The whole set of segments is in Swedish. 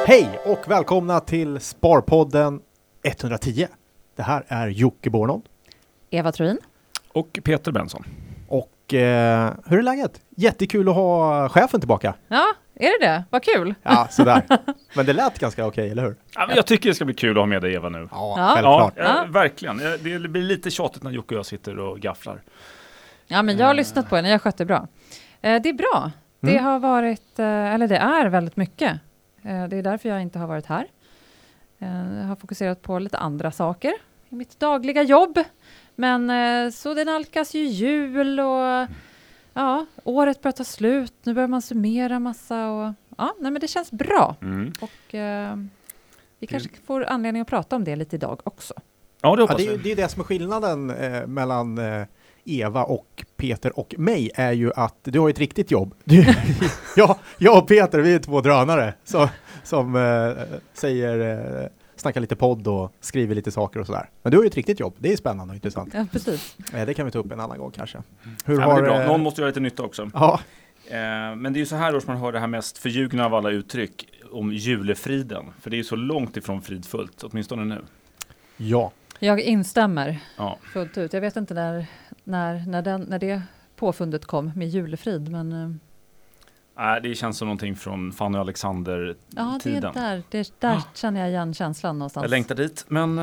Hej och välkomna till Sparpodden 110. Det här är Jocke Bornold. Eva Truin. Och Peter Benson. Och hur är läget? Jättekul att ha chefen tillbaka. Ja, är det? Vad kul. Ja, sådär. Men det lät ganska okej, eller hur? Ja, men jag tycker det ska bli kul att ha med dig, Eva, nu. Ja, självklart. Ja, verkligen. Det blir lite tjatigt när Jocke och jag sitter och gafflar. Ja, men jag har lyssnat på er när jag skötte bra. Det är bra. Det har varit, eller det är väldigt mycket. Det är därför jag inte har varit här. Jag har fokuserat på lite andra saker i mitt dagliga jobb. Men så det nalkas ju jul och ja, året börjar ta slut. Nu börjar man summera massa och ja, nej, men det känns bra. Och vi kanske får anledning att prata om det lite idag också. Ja, det hoppas jag. Det är det som är skillnaden mellan Eva och Peter och mig är ju att du har ett riktigt jobb. Jag och Peter, vi är två drönare som snackar lite podd och skriver lite saker och sådär. Men du har ju ett riktigt jobb. Det är spännande och intressant. Ja, precis. Det kan vi ta upp en annan gång kanske. Det är bra. Någon måste göra lite nytta också. Ja. Men det är ju så här då som man hör det här mest förljugna av alla uttryck om julefriden. För det är ju så långt ifrån fridfullt, åtminstone nu. Ja. Jag instämmer fullt ut. Jag vet inte när det påfundet kom med julefrid, men det känns som någonting från Fanny och Alexander-tiden. Ja, det är där känner jag igen känslan någonstans. Jag längtar dit, men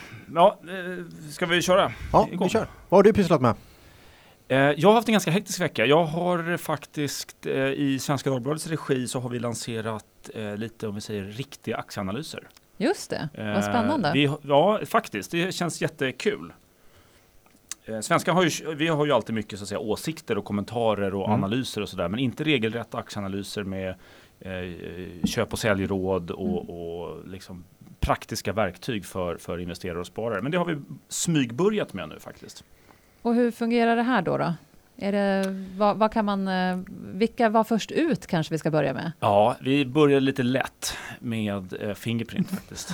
ska vi köra? Ja, vi kör. Vad har du pysslat med? Jag har haft en ganska hektisk vecka. Jag har faktiskt i Svenska Dagbladets regi så har vi lanserat lite, om vi säger, riktiga aktieanalyser. Just det, vad spännande. Ja, faktiskt. Det känns jättekul. Svenskan har ju alltid mycket så att säga, åsikter och kommentarer och analyser och sådär, men inte regelrätta aktieanalyser med köp- och säljråd och liksom praktiska verktyg för investerare och sparare. Men det har vi smygbörjat med nu faktiskt. Och hur fungerar det här då? Är det, vad kan man, vilka var först ut kanske vi ska börja med? Ja, vi började lite lätt med Fingerprint faktiskt.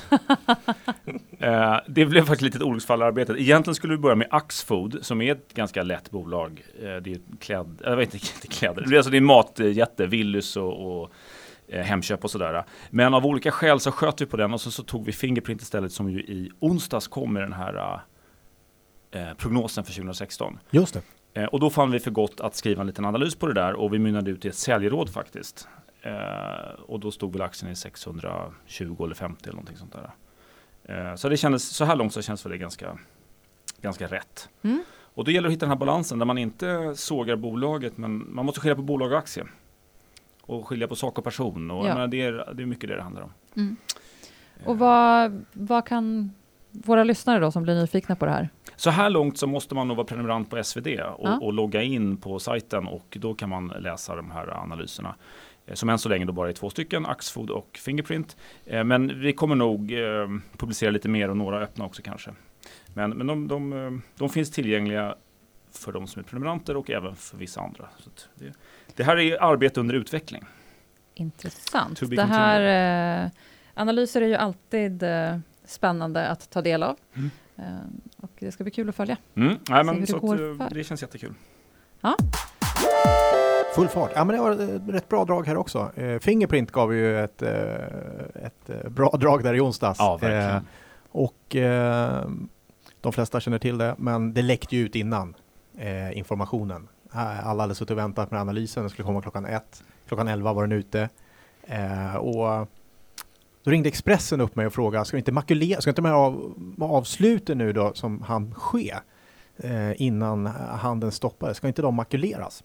Det blev faktiskt lite ett olycksfall i arbetet. Egentligen skulle vi börja med Axfood som är ett ganska lätt bolag. Det är inte kläder. Alltså det är matjätte, Willys och Hemköp och sådär. Men av olika skäl så sköt vi på den och så tog vi Fingerprint istället som ju i onsdags kom med den här prognosen för 2016. Just det. Och då fann vi för gott att skriva en liten analys på det där och vi mynnade ut i ett säljråd faktiskt. Och då stod väl aktien i 620 eller 50 eller någonting sånt där. Så det kändes, så här långt så känns väl det ganska rätt. Och då gäller det att hitta den här balansen där man inte sågar bolaget, men man måste skilja på bolag och aktie. Och skilja på sak och person. Och det är mycket det handlar om. Och vad kan våra lyssnare då som blir nyfikna på det här? Så här långt så måste man nog vara prenumerant på SvD och logga in på sajten och då kan man läsa de här analyserna. Som än så länge då bara är 2 stycken, Axfood och Fingerprint. Men vi kommer nog publicera lite mer och några öppna också kanske. Men de finns tillgängliga för de som är prenumeranter och även för vissa andra. Så det här är arbete under utveckling. Intressant. Det här analyser är ju alltid spännande att ta del av. Och det ska bli kul att följa. Nej, men det känns jättekul. Ja. Full fart. Ja, men det var ett rätt bra drag här också. Fingerprint gav ju ett bra drag där i onsdags. Ja, verkligen. Och de flesta känner till det, men det läckte ju ut innan informationen. Alla hade suttit och väntat med analysen. Den skulle komma klockan 1. Klockan 11 var den ute. Och då ringde Expressen upp mig och frågade, ska inte de här avsluten nu då som han ske innan handeln stoppade, ska inte de makuleras?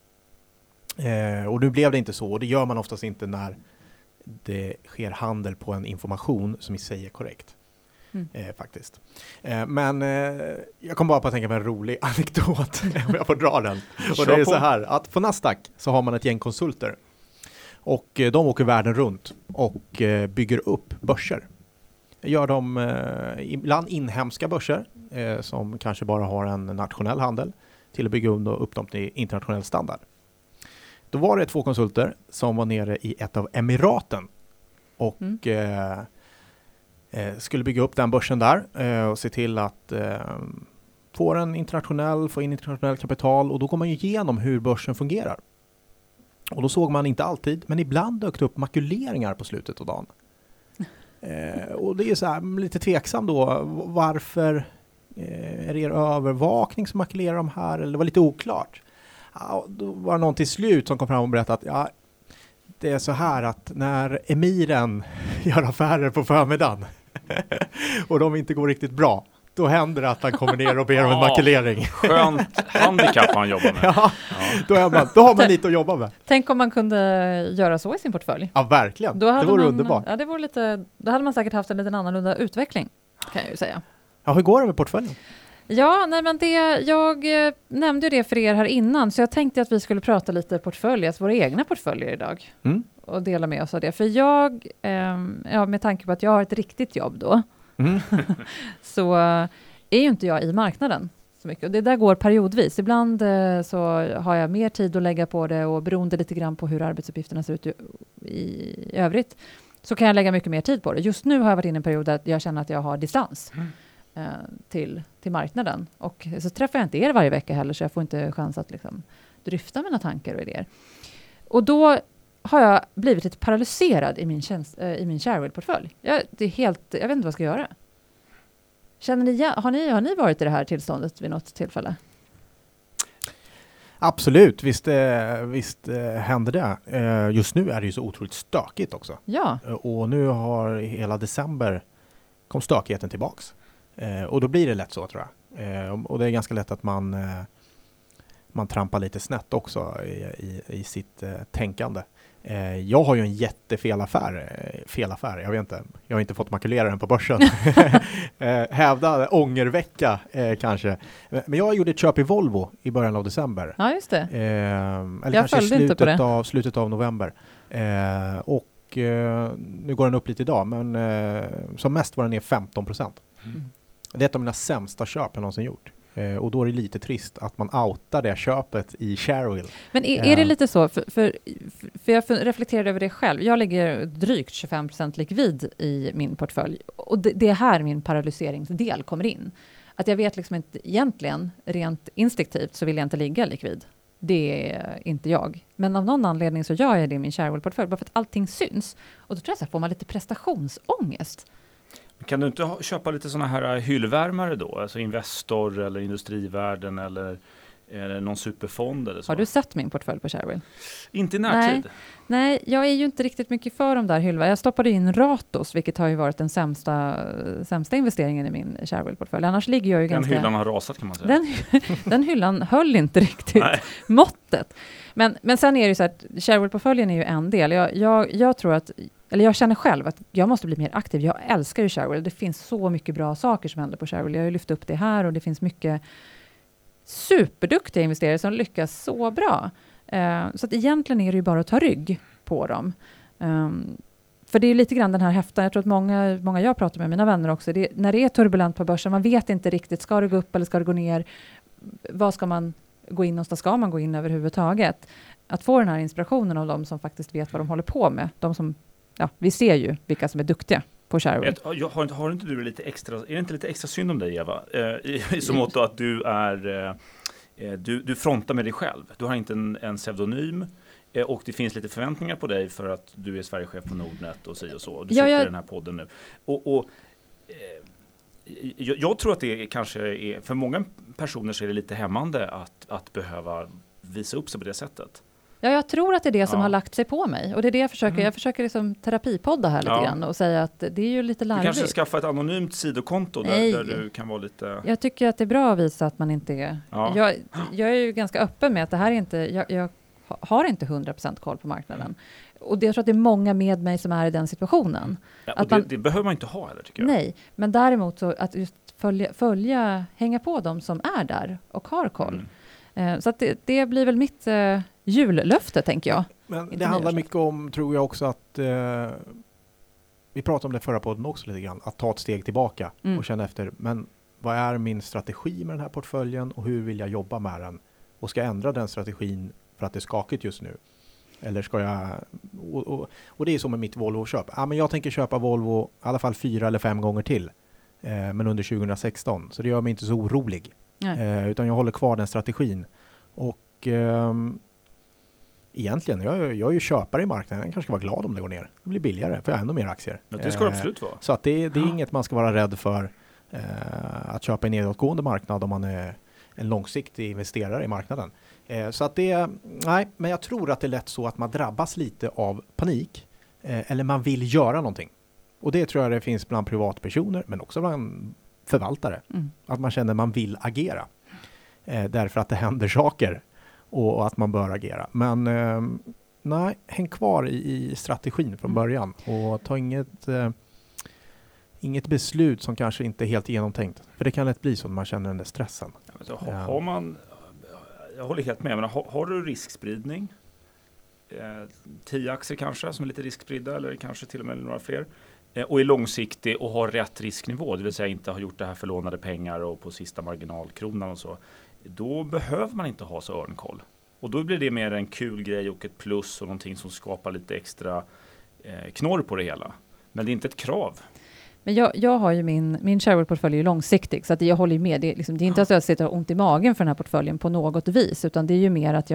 Och nu blev det inte så, och det gör man oftast inte när det sker handel på en information som i sig är korrekt. Faktiskt. Men jag kom bara på att tänka på en rolig anekdot om jag får dra den. Och det är så här, att på Nasdaq så har man ett gäng konsulter. Och de åker världen runt och bygger upp börser. Gör de ibland inhemska börser som kanske bara har en nationell handel till att bygga upp dem till internationell standard. Då var det 2 konsulter som var nere i ett av Emiraten och skulle bygga upp den börsen där och se till att få in internationell kapital, och då går man ju igenom hur börsen fungerar. Och då såg man inte alltid, men ibland dök det upp makuleringar på slutet av dagen. Och det är så här, lite tveksam då. Varför är det er övervakning som makulerar de här? Eller det var lite oklart. Ja, då var det någon till slut som kom fram och berättade att ja, det är så här att när emiren gör affärer på förmiddagen och de inte går riktigt bra, då händer det att han kommer ner och ber om en makulering. Skönt handikapp han jobbar med. Ja, då har man lite att jobba med. Tänk om man kunde göra så i sin portfölj. Ja, verkligen. Det vore underbart. Ja, det vore lite, då hade man säkert haft en liten annorlunda utveckling, kan jag ju säga. Ja, hur går det med portföljen? Ja, nej men jag nämnde ju det för er här innan, så jag tänkte att vi skulle prata lite portfölj, alltså våra egna portföljer idag. Och dela med oss av det. För jag, med tanke på att jag har ett riktigt jobb då, så är ju inte jag i marknaden så mycket. Och det där går periodvis. Ibland så har jag mer tid att lägga på det, och beroende lite grann på hur arbetsuppgifterna ser ut i övrigt, så kan jag lägga mycket mer tid på det. Just nu har jag varit inne i en period där jag känner att jag har distans till marknaden. Och så träffar jag inte er varje vecka heller, så jag får inte chans att liksom dryfta mina tankar och idéer. Och då har jag blivit lite paralyserad i min Sharewill-portfölj. Jag vet inte vad jag ska göra. Har ni varit i det här tillståndet vid något tillfälle? Absolut, visst händer det. Just nu är det ju så otroligt stökigt också. Ja. Och nu har hela december kom stökigheten tillbaks. Och då blir det lätt så, tror jag. Och det är ganska lätt att man trampar lite snett också i sitt tänkande. Jag har ju en jättefel affär. Jag vet inte. Jag har inte fått makulera den på börsen. Hävda ångervecka kanske. Men jag gjorde ett köp i Volvo i början av december. Ja, just det. Eller jag kanske slutet av november. Och nu går den upp lite idag, men som mest var den ner 15%. Det är ett av mina sämsta köp jag någonsin gjort. Och då är det lite trist att man outar det köpet i Sharewill. Men är det lite så? För jag reflekterade över det själv. Jag lägger drygt 25% likvid i min portfölj. Och det är här min paralyseringsdel kommer in. Att jag vet liksom inte egentligen, rent instinktivt, så vill jag inte ligga likvid. Det är inte jag. Men av någon anledning så gör jag det i min Sharewill-portfölj. Bara för att allting syns. Och då tror jag att får man lite prestationsångest. Kan du inte köpa lite sådana här hyllvärmare då? Alltså Investor eller Industrivärden eller någon superfond eller så? Har du sett min portfölj på Sharewill? Inte i närtid. Nej, jag är ju inte riktigt mycket för de där hyllvärmarna. Jag stoppade in Ratos, vilket har ju varit den sämsta investeringen i min Sharewill-portfölj. Annars ligger jag ju den hyllan har rasat, kan man säga. Den hyllan höll inte riktigt måttet. Men sen är det ju så att Sharewill-portföljen är ju en del. Jag tror att, eller jag känner själv att jag måste bli mer aktiv. Jag älskar ju Sharewill. Det finns så mycket bra saker som händer på Sharewill. Jag har ju lyft upp det här, och det finns mycket superduktiga investerare som lyckas så bra. Så att egentligen är det ju bara att ta rygg på dem. För det är ju lite grann den här häftan. Jag tror att många jag pratar med, mina vänner också, när det är turbulent på börsen, man vet inte riktigt, ska det gå upp eller ska det gå ner? Vad ska man gå in någonstans? Ska man gå in överhuvudtaget? Att få den här inspirationen av de som faktiskt vet vad de håller på med. De som, vi ser ju vilka som är duktiga på Sharewill. Har inte du lite extra, är det inte lite extra synd om dig, Eva? I så mått att du är du frontar med dig själv. Du har inte en pseudonym, och det finns lite förväntningar på dig för att du är Sverigechef på Nordnet och så. Och du sitter i den här podden nu. Jag tror att det kanske är, för många personer så är det lite hämmande att behöva visa upp sig på det sättet. Ja, jag tror att det är det som har lagt sig på mig. Och det är det jag försöker. Jag försöker liksom terapipodda här lite grann och säga att det är ju lite larvigt. Du kanske skaffa ett anonymt sidokonto där du kan vara lite... Jag tycker att det är bra att visa att man inte är... Ja. Jag är ju ganska öppen med att det här är inte... Jag har inte 100% koll på marknaden. Och jag tror att det är många med mig som är i den situationen. Ja, och det behöver man inte ha heller, tycker jag. Nej, men däremot så att just hänga på dem som är där och har koll. Så att det blir väl mitt jullöfte, tänker jag. Men det handlar mycket om, tror jag också, att vi pratade om det förra podden också lite grann, att ta ett steg tillbaka och känna efter, men vad är min strategi med den här portföljen och hur vill jag jobba med den? Och ska jag ändra den strategin för att det är skakigt just nu? Eller ska jag... Och det är som med mitt Volvo-köp. Ja, men jag tänker köpa Volvo i alla fall 4 eller 5 gånger till. Men under 2016. Så det gör mig inte så orolig. Utan jag håller kvar den strategin. Och egentligen, jag är ju köpare i marknaden. Jag kanske ska vara glad om det går ner. Det blir billigare, för jag har ännu mer aktier. Ja, det ska det absolut vara. Så att det är inget man ska vara rädd för att köpa i nedåtgående marknad om man är en långsiktig investerare i marknaden. Så att men jag tror att det är lätt så att man drabbas lite av panik eller man vill göra någonting. Och det tror jag det finns bland privatpersoner men också bland förvaltare. Att man känner att man vill agera. Därför att det händer saker och att man bör agera. Men häng kvar i strategin från början och ta inget beslut som kanske inte är helt genomtänkt. För det kan lätt bli så när man känner den där stressen. Jag håller helt med. Men har du riskspridning, 10 aktier kanske som är lite riskspridda eller kanske till och med några fler, och är långsiktig och har rätt risknivå, det vill säga inte har gjort det här för lånade pengar och på sista marginalkronan och så, då behöver man inte ha så örnkoll. Och då blir det mer en kul grej och ett plus och någonting som skapar lite extra knorr på det hela. Men det är inte ett krav. Men jag har ju min Shareville-portfölj är långsiktig, så att jag håller med. Det är inte att jag sitter och ont i magen för den här portföljen på något vis, utan det är ju mer att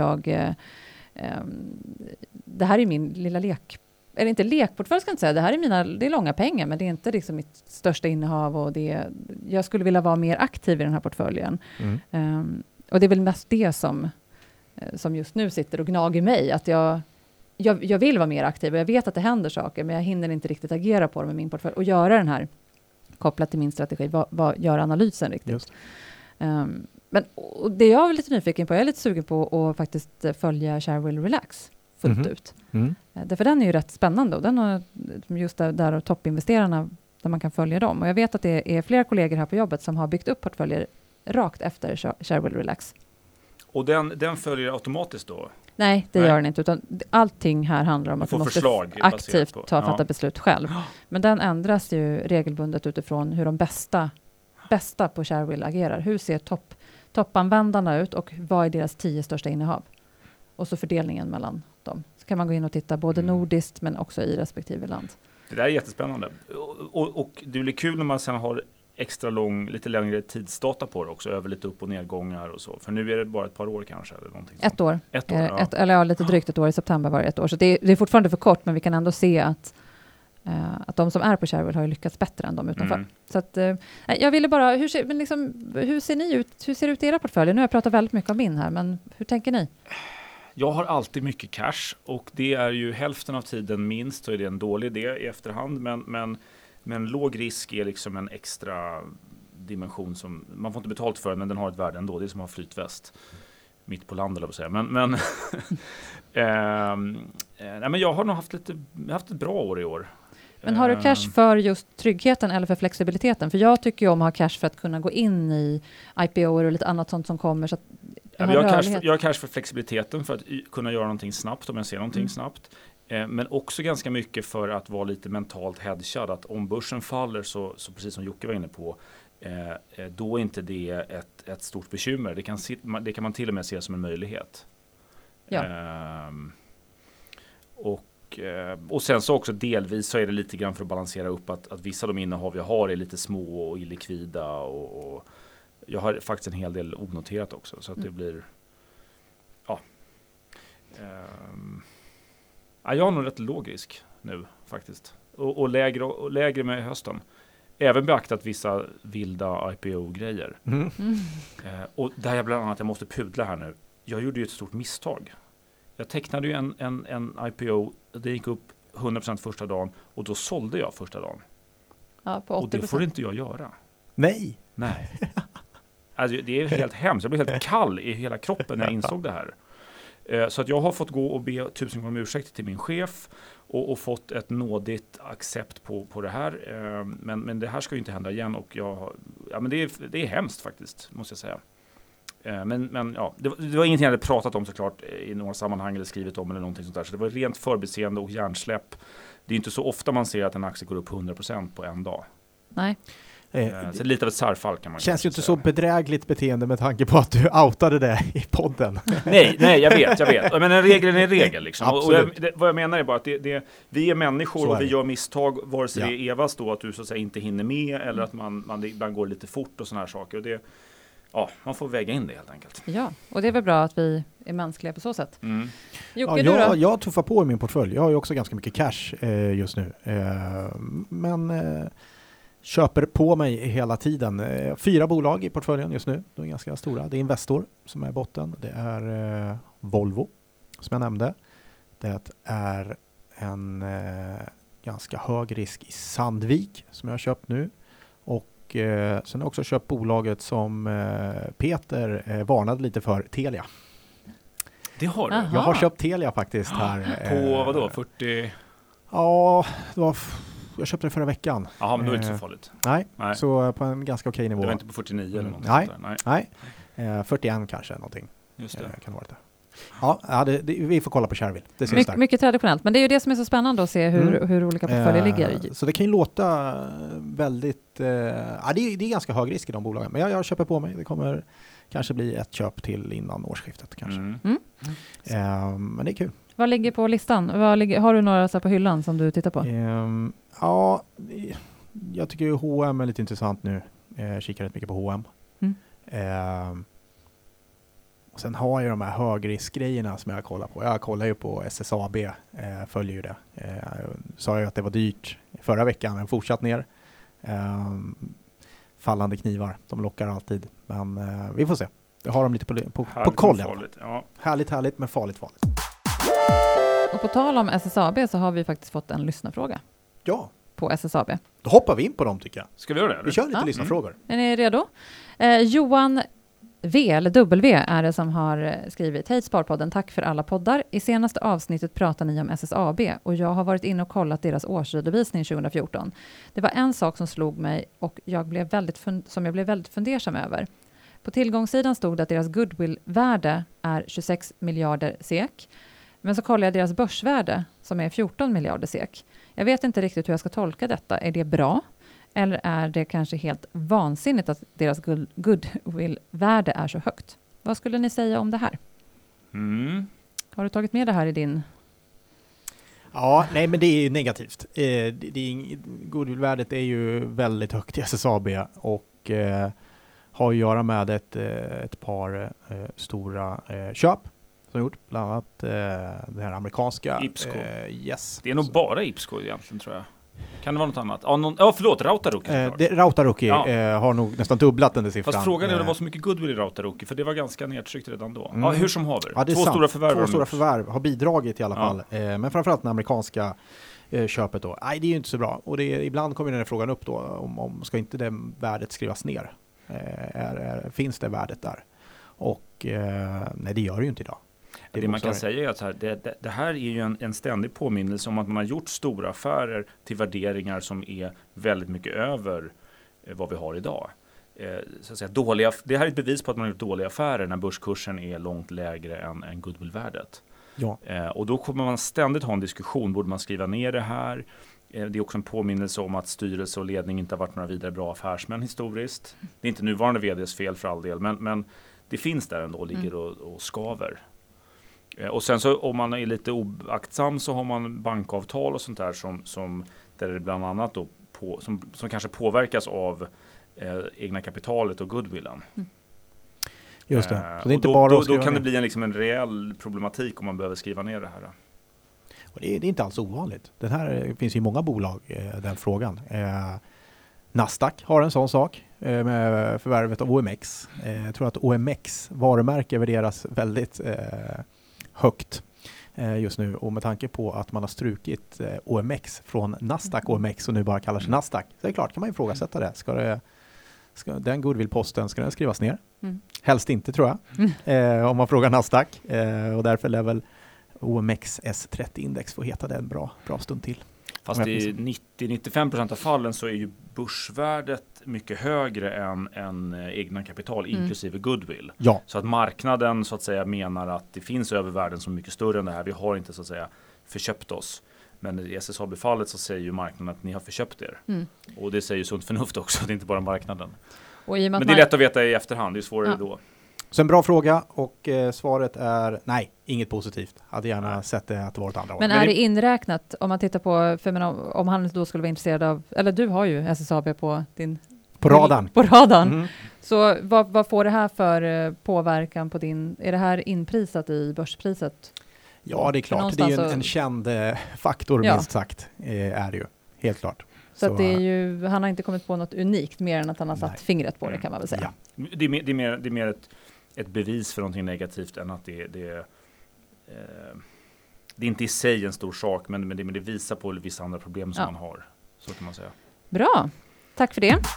det här är min lilla eller inte lekportfölj ska jag inte säga, det är långa pengar, men det är inte liksom mitt största innehav och jag skulle vilja vara mer aktiv i den här portföljen. Och det är väl mest det som just nu sitter och gnager mig, att jag vill vara mer aktiv och jag vet att det händer saker, men jag hinner inte riktigt agera på det med min portfölj och göra den här kopplat till min strategi, göra analysen riktigt. Men och det jag är lite nyfiken på, jag är lite sugen på att faktiskt följa Shareville Relax fullt ut. Därför den är ju rätt spännande och den har just där toppinvesterarna där man kan följa dem. Och jag vet att det är flera kollegor här på jobbet som har byggt upp portföljer rakt efter Shareville Relax. Och den följer automatiskt då? Nej, det gör den inte. Utan allting här handlar om att man måste aktivt fatta beslut själv. Men den ändras ju regelbundet utifrån hur de bästa på Shareville agerar. Hur ser toppanvändarna ut och vad är deras 10 största innehav? Och så fördelningen mellan dem. Så kan man gå in och titta både nordiskt men också i respektive land. Det där är jättespännande. Och det blir kul när man sen har extra lite längre tidsdata på det också, över lite upp- och nedgångar och så. För nu är det bara ett par år kanske. Eller någonting ett år. Eller lite drygt ett år. I september var det ett år. Så det är fortfarande för kort, men vi kan ändå se att de som är på Shareville har ju lyckats bättre än de utanför. Så att, jag ville bara, hur ser ni ut? Hur ser det ut i era portföljer? Nu har jag pratat väldigt mycket om min här, men hur tänker ni? Jag har alltid mycket cash och det är ju hälften av tiden minst, så är det en dålig idé i efterhand, men låg risk är liksom en extra dimension som man får inte betalt för, men den har ett värde ändå. Det är som att ha flytväst mitt på landet, eller vad säga. Men jag har nog haft ett bra år i år. Men har du cash för just tryggheten eller för flexibiliteten? För jag tycker ju om att ha cash för att kunna gå in i IPO och lite annat sånt som kommer. Så att jag har cash för flexibiliteten, för att kunna göra någonting snabbt om jag ser någonting snabbt. Men också ganska mycket för att vara lite mentalt hedgad. Att om börsen faller, så precis som Jocke var inne på, då är inte det ett stort bekymmer. Det kan man till och med se som en möjlighet. Ja. Och sen så också delvis så är det lite grann för att balansera upp att vissa av de innehav jag har är lite små och illikvida. Och jag har faktiskt en hel del onoterat också. Så att det blir... Ja. Jag har nog rätt låg risk nu faktiskt. Och lägre med hösten. Även beaktat vissa vilda IPO-grejer. Och där jag bland annat, jag måste pudla här nu. Jag gjorde ju ett stort misstag. Jag tecknade ju en IPO, det gick upp 100% första dagen och då sålde jag första dagen. Ja, på 80%. Och det får inte jag göra. Nej. Alltså, det är helt hemskt. Jag blev helt kall i hela kroppen när jag insåg det här. Så att jag har fått gå och be 1000 kronor om ursäkt till min chef och fått ett nådigt accept på det här. Men det här ska ju inte hända igen och men det är hemskt faktiskt, måste jag säga. Men ja, det var ingenting jag hade pratat om såklart i några sammanhang eller skrivit om eller någonting sånt där. Så det var rent förbiseende och hjärnsläpp. Det är inte så ofta man ser att en aktie går upp 100% på en dag. Nej. Så lite av ett särfall kan man känns ju inte säga. Så bedrägligt beteende med tanke på att du outade det i podden. Nej, jag vet. Men en regel är en regel liksom. Och vad jag menar är bara att vi är människor och vi gör misstag, vare sig det är Evas då att du så att säga inte hinner med eller att man ibland går lite fort och såna här saker. Och man får väga in det helt enkelt. Ja, och det är väl bra att vi är mänskliga på så sätt. Jocke, Ja, du då? jag tuffar på i min portfölj. Jag har ju också ganska mycket cash just nu. Men köper på mig hela tiden. 4 bolag i portföljen just nu. De är ganska stora. Det är Investor som är botten. Det är Volvo som jag nämnde. Det är en ganska hög risk i Sandvik som jag har köpt nu. Och sen har jag också köpt bolaget som Peter varnade lite för, Telia. Det har du? Aha. Jag har köpt Telia faktiskt här. På vadå? 40? Ja, jag köpte det förra veckan. Jaha, men då är det inte så farligt. Nej, Nej. så på en ganska okej nivå. Det var inte på 49 eller något Nej. sånt där. Nej. 41 kanske någonting. Just det. Kan det vara det. Ja, vi får kolla på Shareville. Det syns där. Mycket traditionellt, men det är ju det som är så spännande att se hur olika portföljer ligger. Så det kan ju låta väldigt... det är ganska hög risk i de bolagen. Men jag köper på mig. Det kommer kanske bli ett köp till innan årsskiftet kanske. Men det är kul. Vad ligger på listan? Har du några så här på hyllan som du tittar på? Ja, jag tycker ju H&M är lite intressant nu. Jag kikar rätt mycket på H&M. Och sen har jag de här högriskgrejerna som jag kollar på. Jag kollar ju på SSAB, följer ju det. Sa ju att det var dyrt förra veckan, men fortsatt ner. Fallande knivar, de lockar alltid. Men vi får se. Jag har dem lite på koll. Ja. Härligt, men farligt. Och på tal om SSAB så har vi faktiskt fått en lyssnarfråga. Ja. På SSAB. Då hoppar vi in på dem tycker jag. Ska vi göra det? Vi kör lite lyssnarfrågor. Är ni redo? Johan V, eller W, är det som har skrivit: Hej Sparpodden, tack för alla poddar. I senaste avsnittet pratar ni om SSAB och jag har varit inne och kollat deras årsredovisning 2014. Det var en sak som slog mig och jag blev väldigt fundersam över. På tillgångssidan stod det att deras goodwill-värde är 26 miljarder SEK. Men så kollade jag deras börsvärde som är 14 miljarder SEK. Jag vet inte riktigt hur jag ska tolka detta. Är det bra? Eller är det kanske helt vansinnigt att deras goodwill-värde är så högt? Vad skulle ni säga om det här? Har du tagit med det här i din... Ja, nej men det är ju negativt. Goodwill-värdet är ju väldigt högt i SSAB och har att göra med ett par stora köp som gjort, bland annat det här amerikanska Ipsco. Yes. Det är nog bara Ipsco egentligen, tror jag. Kan det vara något annat? Förlåt, Rautaruki. Rautaruki har nog nästan dubblat den där siffran. Fast frågan är om det var så mycket goodwill i Rautaruki, för det var ganska nedtryckt redan då. Ja, hur som haver. Två stora förvärv har bidragit i alla fall. Men framförallt den amerikanska köpet då. Nej, det är ju inte så bra. Och ibland kommer den här frågan upp då, om ska inte det värdet skrivas ner? Finns det värdet där? Och nej, det gör det ju inte idag. Det man kan säga är att det här är ju en ständig påminnelse om att man har gjort stora affärer till värderingar som är väldigt mycket över vad vi har idag. Så att säga, det här är ett bevis på att man har gjort dåliga affärer när börskursen är långt lägre än goodwill-värdet. Ja. Och då kommer man ständigt ha en diskussion. Borde man skriva ner det här? Det är också en påminnelse om att styrelse och ledning inte har varit några vidare bra affärsmän historiskt. Det är inte nuvarande vd:s fel för all del, men det finns där ändå, ligger och skaver. Och sen så om man är lite oaktsam så har man bankavtal och sånt där som där det bland annat då som kanske påverkas av egna kapitalet och goodwillen. Just det. Så det är inte då kan det bli en reell problematik om man behöver skriva ner det här. Och det är inte alls ovanligt. Den här finns ju i många bolag, den frågan. Nasdaq har en sån sak med förvärvet av OMX. Jag tror att OMX varumärke värderas väldigt högt just nu, och med tanke på att man har strukit OMX från Nasdaq OMX och nu bara kallar sig Nasdaq, så är det klart kan man ifrågasätta det. Ska den goodwill-posten, ska den skrivas ner? Helst inte, tror jag, om man frågar Nasdaq, och därför lär väl OMX S30-index få heta det en bra stund till. Fast i 90-95% av fallen så är ju börsvärdet mycket högre än egna kapital, inklusive goodwill. Ja. Så att marknaden så att säga menar att det finns övervärden som är mycket större än det här. Vi har inte så att säga förköpt oss. Men i SSAB-fallet så säger ju marknaden att ni har förköpt er. Och det säger ju sunt förnuft också, det är inte bara marknaden. Men det är lätt att veta i efterhand, det är svårare då. Så en bra fråga, och svaret är nej, inget positivt. Hade gärna sett det att det var ett andra år. Men är det inräknat, om man tittar på, om han då skulle vara intresserad av, eller du har ju SSAB på din... På radarn. På radarn. Så vad får det här för påverkan på är det här inprisat i börspriset? Ja, det är klart. Det är ju en känd faktor, minst sagt, är det ju. Helt klart. Så att det är ju, han har inte kommit på något unikt mer än att han har satt fingret på det, kan man väl säga. Ja. Det är mer ett bevis för någonting negativt än att det är inte i sig en stor sak, men det visar på vissa andra problem som man har. Så kan man säga. Bra, tack för det.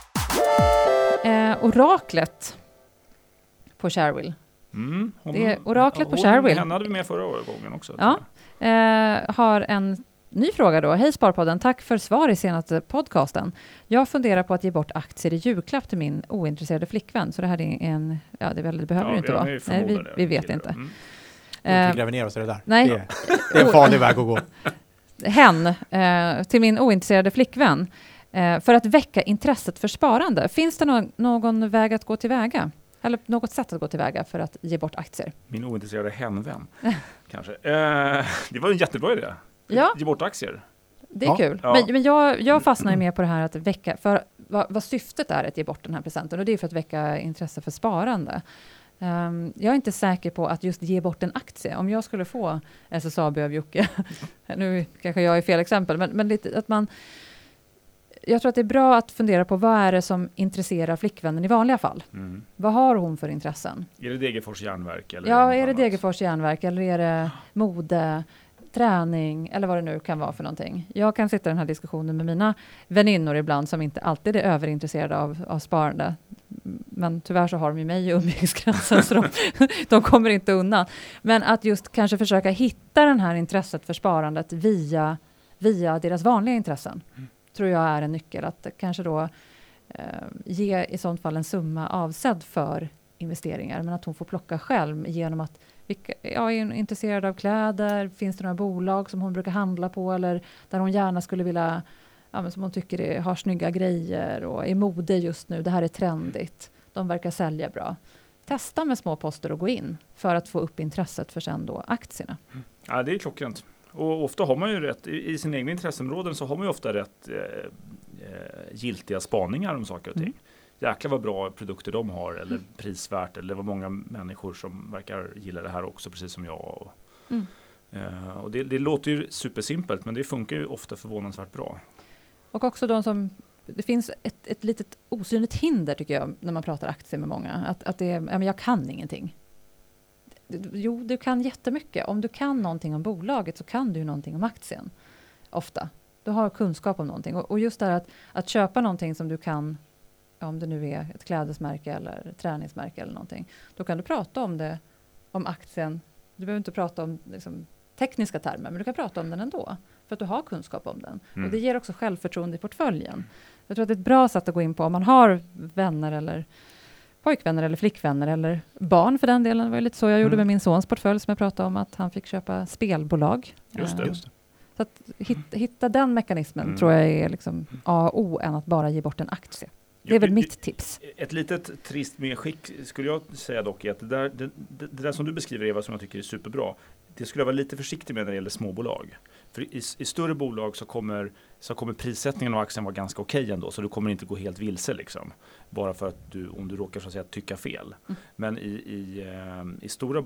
Oraklet på Shareville. Oraklet på Shareville. Henne hade vi med förra gången också. Ja, har en ny fråga då. Hej Sparpodden, tack för svar i senaste podcasten. Jag funderar på att ge bort aktier i julklapp till min ointresserade flickvän. Så det här är det behöver det inte vara. Nej, vi vet inte. Vi gräver ner oss i det där. Nej. Det är en farlig väg att gå. Till min ointresserade flickvän. För att väcka intresset för sparande. Finns det någon väg att gå tillväga? Eller något sätt att gå tillväga för att ge bort aktier? Min ointresserade hänvän, kanske. Det var en jättebra idé. Ge bort aktier. Det är kul. Ja. Men jag fastnar mer på det här att väcka, för vad syftet är att ge bort den här presenten. Och det är för att väcka intresse för sparande. Jag är inte säker på att just ge bort en aktie. Om jag skulle få SSAB av Jocke, nu kanske jag är fel exempel, men lite att man... Jag tror att det är bra att fundera på vad är det som intresserar flickvännen i vanliga fall. Vad har hon för intressen? Är det Degerfors järnverk? Eller är det Degerfors järnverk eller är det mode, träning eller vad det nu kan vara för någonting. Jag kan sitta i den här diskussionen med mina väninnor ibland som inte alltid är överintresserade av sparande. Men tyvärr så har de ju mig i umgängesgränsen så de kommer inte undan. Men att just kanske försöka hitta den här intresset för sparandet via deras vanliga intressen. Tror jag är en nyckel. Att kanske då ge i sånt fall en summa avsedd för investeringar. Men att hon får plocka själv genom att är hon intresserad av kläder? Finns det några bolag som hon brukar handla på? Eller där hon gärna skulle vilja, som hon tycker har snygga grejer och är mode just nu. Det här är trendigt. De verkar sälja bra. Testa med små poster och gå in för att få upp intresset för sen då aktierna. Ja, det är klockrent. Och ofta har man ju rätt, i sina egna intresseområden så har man ju ofta rätt giltiga spaningar om saker och ting. Jäklar vad bra produkter de har eller prisvärt eller vad många människor som verkar gilla det här också precis som jag. Och det låter ju supersimpelt men det funkar ju ofta förvånansvärt bra. Och också det finns ett litet osynligt hinder tycker jag när man pratar aktier med många. Att det är, men jag kan ingenting. Jo, du kan jättemycket. Om du kan någonting om bolaget så kan du någonting om aktien. Ofta. Du har kunskap om någonting. Och just det här att köpa någonting som du kan, om det nu är ett klädesmärke eller träningsmärke eller någonting. Då kan du prata om aktien. Du behöver inte prata om tekniska termer, men du kan prata om den ändå. För att du har kunskap om den. Och det ger också självförtroende i portföljen. Jag tror att det är ett bra sätt att gå in på om man har vänner eller pojkvänner eller flickvänner eller barn för den delen. Det var lite så jag gjorde med min sons portfölj som jag pratade om att han fick köpa spelbolag. Just det. Så att hitta den mekanismen tror jag är A och O än att bara ge bort en aktie. Det är väl mitt tips. Ett litet trist medskick skulle jag säga dock är att det där som du beskriver Eva som jag tycker är superbra. Det skulle jag vara lite försiktig med när det gäller småbolag. För i större bolag så kommer prissättningen av aktien vara ganska okej ändå. Så du kommer inte gå helt vilse bara för att om du råkar så att säga tycka fel. Men i stora...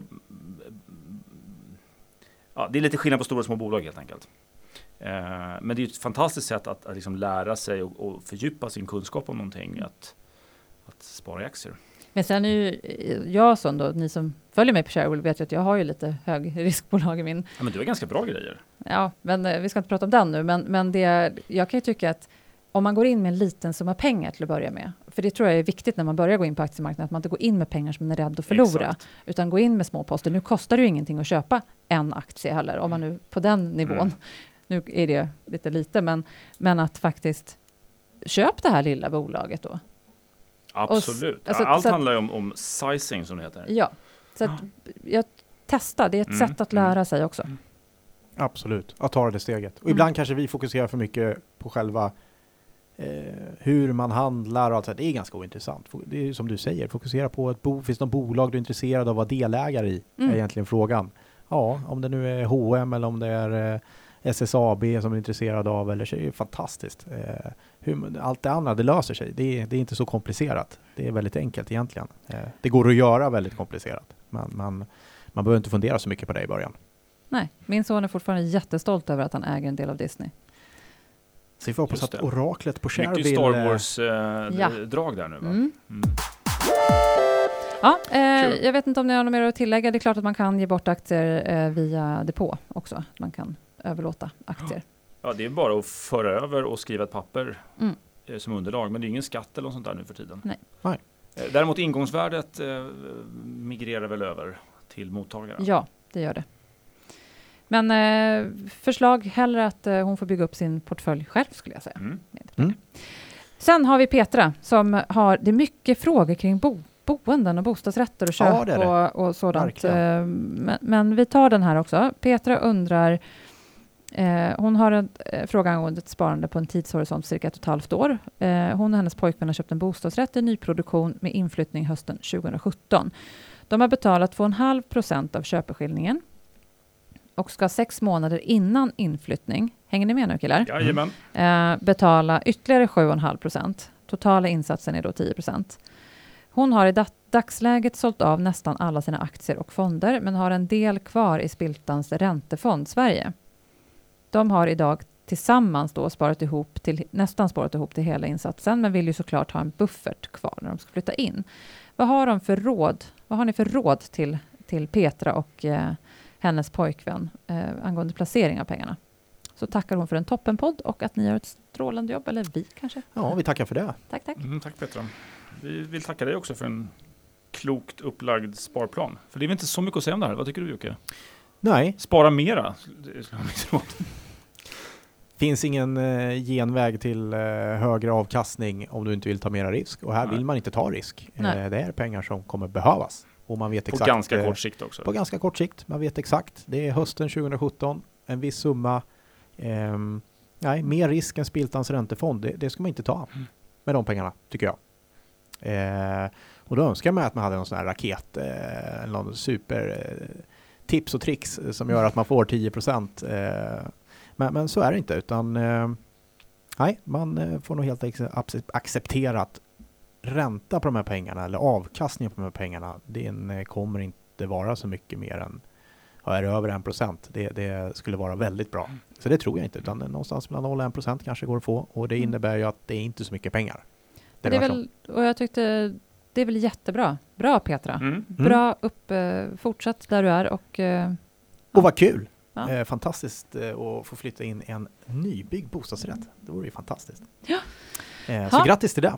Ja, det är lite skillnad på stora och små bolag helt enkelt. Men det är ett fantastiskt sätt att lära sig och fördjupa sin kunskap om någonting. Att spara i aktier. Men sen är ju jag sån då, ni som följer mig på Shareville vet ju att jag har ju lite hög riskbolag i min... Ja, men du har ganska bra grejer. Ja, men vi ska inte prata om den nu. Men jag kan ju tycka att om man går in med en liten summa pengar till att börja med. För det tror jag är viktigt när man börjar gå in på aktiemarknaden. Att man inte går in med pengar som man är rädd att förlora. Exakt. Utan gå in med små poster. Nu kostar det ju ingenting att köpa en aktie heller. Om man nu på den nivån. Nu är det lite. Men att faktiskt köp det här lilla bolaget då. Absolut. Allt handlar ju om sizing som det heter. Ja, så att jag testar. Det är ett sätt att lära sig också. Absolut, att ta det steget. Och ibland kanske vi fokuserar för mycket på själva hur man handlar och allt sånt. Det är ganska ointressant. Det är som du säger, fokusera på finns det något bolag du är intresserad av att vara delägare i? Är egentligen frågan. Ja, om det nu är H&M eller om det är SSAB som är intresserad av, eller så är det fantastiskt. Allt det andra, det löser sig. Det är inte så komplicerat. Det är väldigt enkelt egentligen. Det går att göra väldigt komplicerat. Man behöver inte fundera så mycket på det i början. Nej, min son är fortfarande jättestolt över att han äger en del av Disney. Så vi får hoppas att oraklet på Cherville... Mycket Star Wars-drag där nu, va? Mm. Ja, jag vet inte om ni har något mer att tillägga. Det är klart att man kan ge bort aktier via depå också. Man kan överlåta aktier. Ja, det är bara att föra över och skriva ett papper som underlag. Men det är ingen skatt eller något sånt där nu för tiden. Nej. Däremot ingångsvärdet migrerar väl över till mottagaren. Ja, det gör det. Men förslag hellre att hon får bygga upp sin portfölj själv, skulle jag säga. Sen har vi Petra som har det mycket frågor kring boenden och bostadsrätter och köp och sådant. Men vi tar den här också. Petra undrar, hon har en fråga angående ett sparande på en tidshorisont cirka 1,5 år. Hon och hennes pojkvän har köpt en bostadsrätt i nyproduktion med inflyttning hösten 2017. De har betalat 2,5% av köpeskillningen och ska 6 månader innan inflyttning, hänger ni med nu killar? Jajamän. Betala ytterligare 7,5%. Totala insatsen är då 10%. Hon har i dagsläget sålt av nästan alla sina aktier och fonder, men har en del kvar i Spiltans räntefond Sverige. De har idag tillsammans då nästan sparat ihop till hela insatsen, men vill ju såklart ha en buffert kvar när de ska flytta in. Vad har ni för råd till Petra och hennes pojkvän angående placering av pengarna? Så tackar hon för en toppenpodd och att ni gör ett strålande jobb, eller vi kanske. Ja, vi tackar för det. Tack. Tack Petra. Vi vill tacka dig också för en klokt upplagd sparplan. För det är väl inte så mycket att säga om det här. Vad tycker du Jocke? Nej. Spara mera. Finns ingen genväg till högre avkastning om du inte vill ta mera risk. Och här vill man inte ta risk. Det är pengar som kommer behövas. Och man vet exakt, på ganska kort sikt också. På ganska kort sikt. Man vet exakt. Det är hösten 2017. En viss summa. Mer risk än Spiltans räntefond. Det ska man inte ta med de pengarna, tycker jag. Och då önskar man att man hade någon sån här raket. Någon super tips och tricks som gör att man får 10%. Men så är det inte. Utan man får nog helt acceptera att ränta på de här pengarna eller avkastning på de här pengarna, den kommer inte vara så mycket mer än över 1%. Det skulle vara väldigt bra. Så det tror jag inte, utan någonstans mellan 0 och 1% kanske går att få. Och det innebär ju att det är inte så mycket pengar. Och jag tyckte det är väl jättebra. Bra Petra. Bra fortsätt där du är. Och vad kul. Ja. Fantastiskt att få flytta in en nybyggd bostadsrätt. Det vore ju fantastiskt. Ja. Så grattis till det.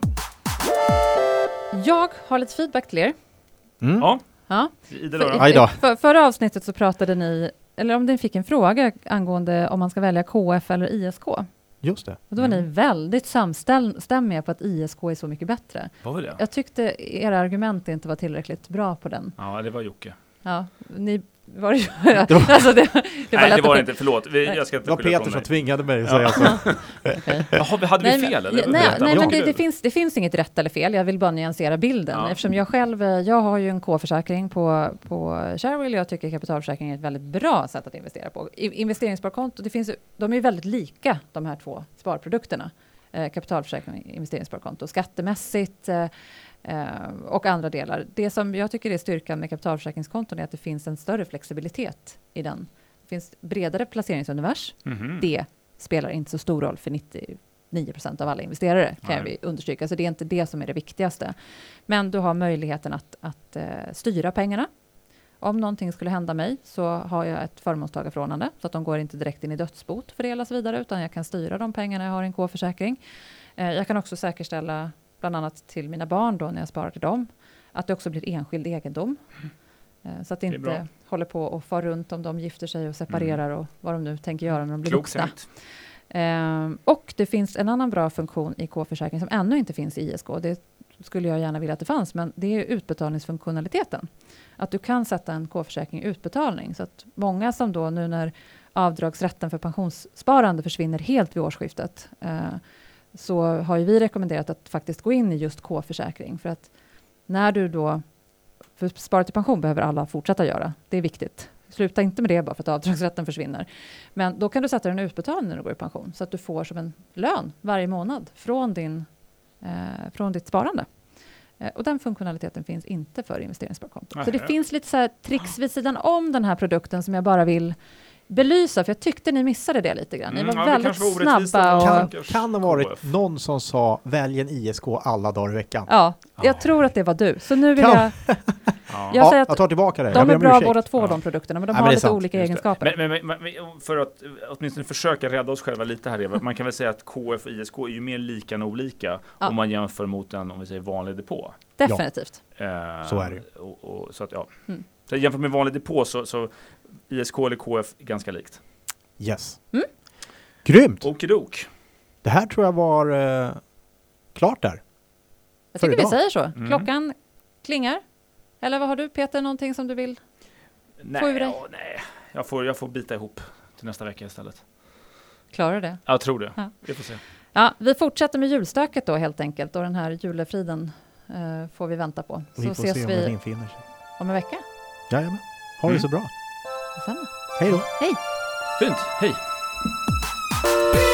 Jag har lite feedback till er. Ja. Förra avsnittet så pratade ni, eller om ni fick en fråga angående om man ska välja KF eller ISK. Just det. Och då var ni väldigt samstämmiga på att ISK är så mycket bättre. Vad var det? Jag tyckte era argument inte var tillräckligt bra på den. Ja, det var Jocke. Ja, var det alltså det var det inte, förlåt. Jag ska inte det var Peter som tvingade mig att säga så. Jaha, hade vi fel? Eller? Nej, men det finns inget rätt eller fel. Jag vill bara nyansera bilden. Ja. Eftersom jag har ju en K-försäkring på Cherville. Jag tycker kapitalförsäkring är ett väldigt bra sätt att investera på. Investeringssparkonto, de är ju väldigt lika, de här två sparprodukterna. Kapitalförsäkring och investeringssparkonto. Skattemässigt och andra delar. Det som jag tycker är styrkan med kapitalförsäkringskonton är att det finns en större flexibilitet i den. Det finns bredare placeringsunivers. Det spelar inte så stor roll för 99% av alla investerare, kan vi understryka. Så det är inte det som är det viktigaste. Men du har möjligheten att styra pengarna. Om någonting skulle hända mig så har jag ett förmånstagarförordnande så att de går inte direkt in i dödsbot och fördelas vidare, utan jag kan styra de pengarna jag har i en K-försäkring. Jag kan också säkerställa bland annat till mina barn då när jag sparar till dem att det också blir enskild egendom. Så att det inte håller på och far runt om de gifter sig och separerar och vad de nu tänker göra när de blir vuxna. Och det finns en annan bra funktion i K-försäkring som ännu inte finns i ISK. Det skulle jag gärna vilja att det fanns, men det är utbetalningsfunktionaliteten. Att du kan sätta en K-försäkring i utbetalning. Så att många som då nu när avdragsrätten för pensionssparande försvinner helt vid årsskiftet så har ju vi rekommenderat att faktiskt gå in i just K-försäkring. För att när du då, för spara till pension behöver alla fortsätta göra. Det är viktigt Sluta inte med det bara för att avdragsrätten försvinner. Men då kan du sätta en utbetalning när du går i pension. Så att du får som en lön varje månad från ditt sparande. Och den funktionaliteten finns inte för investeringssparkonto. Så det finns lite så här tricks vid sidan om den här produkten som jag bara vill belysa. För jag tyckte ni missade det lite grann. Ni var väldigt snabba. Kan ha varit någon som sa välj en ISK alla dagar i veckan. Ja, jag tror att det var du. Så nu vill jag säger att jag tar tillbaka det. De är bra båda två, de produkterna, men de har lite olika egenskaper. Men för att åtminstone försöka rädda oss själva lite här, Eva, man kan väl säga att KF och ISK är ju mer lika än olika om man jämför mot en, om vi säger, vanlig depå. Definitivt. Så är det. Så att, så jämfört med vanlig depå så ISK eller KF är ganska likt. Yes. Grymt! Okidok. Det här tror jag var klart där. Jag tycker vi säger så. Klockan klingar. Eller vad har du, Peter, någonting som du vill få ur dig? Nej. Jag får bita ihop till nästa vecka istället. Klarar du det? Jag tror det. Ja. Vi får se. Ja, vi fortsätter med julstöket då helt enkelt. Och den här julefriden får vi vänta på. Så vi får ses se om vi den infinner sig. om en vecka. Jajamän. Ha det så bra. Detsamma. Hej då. Hej. Fint. Hej.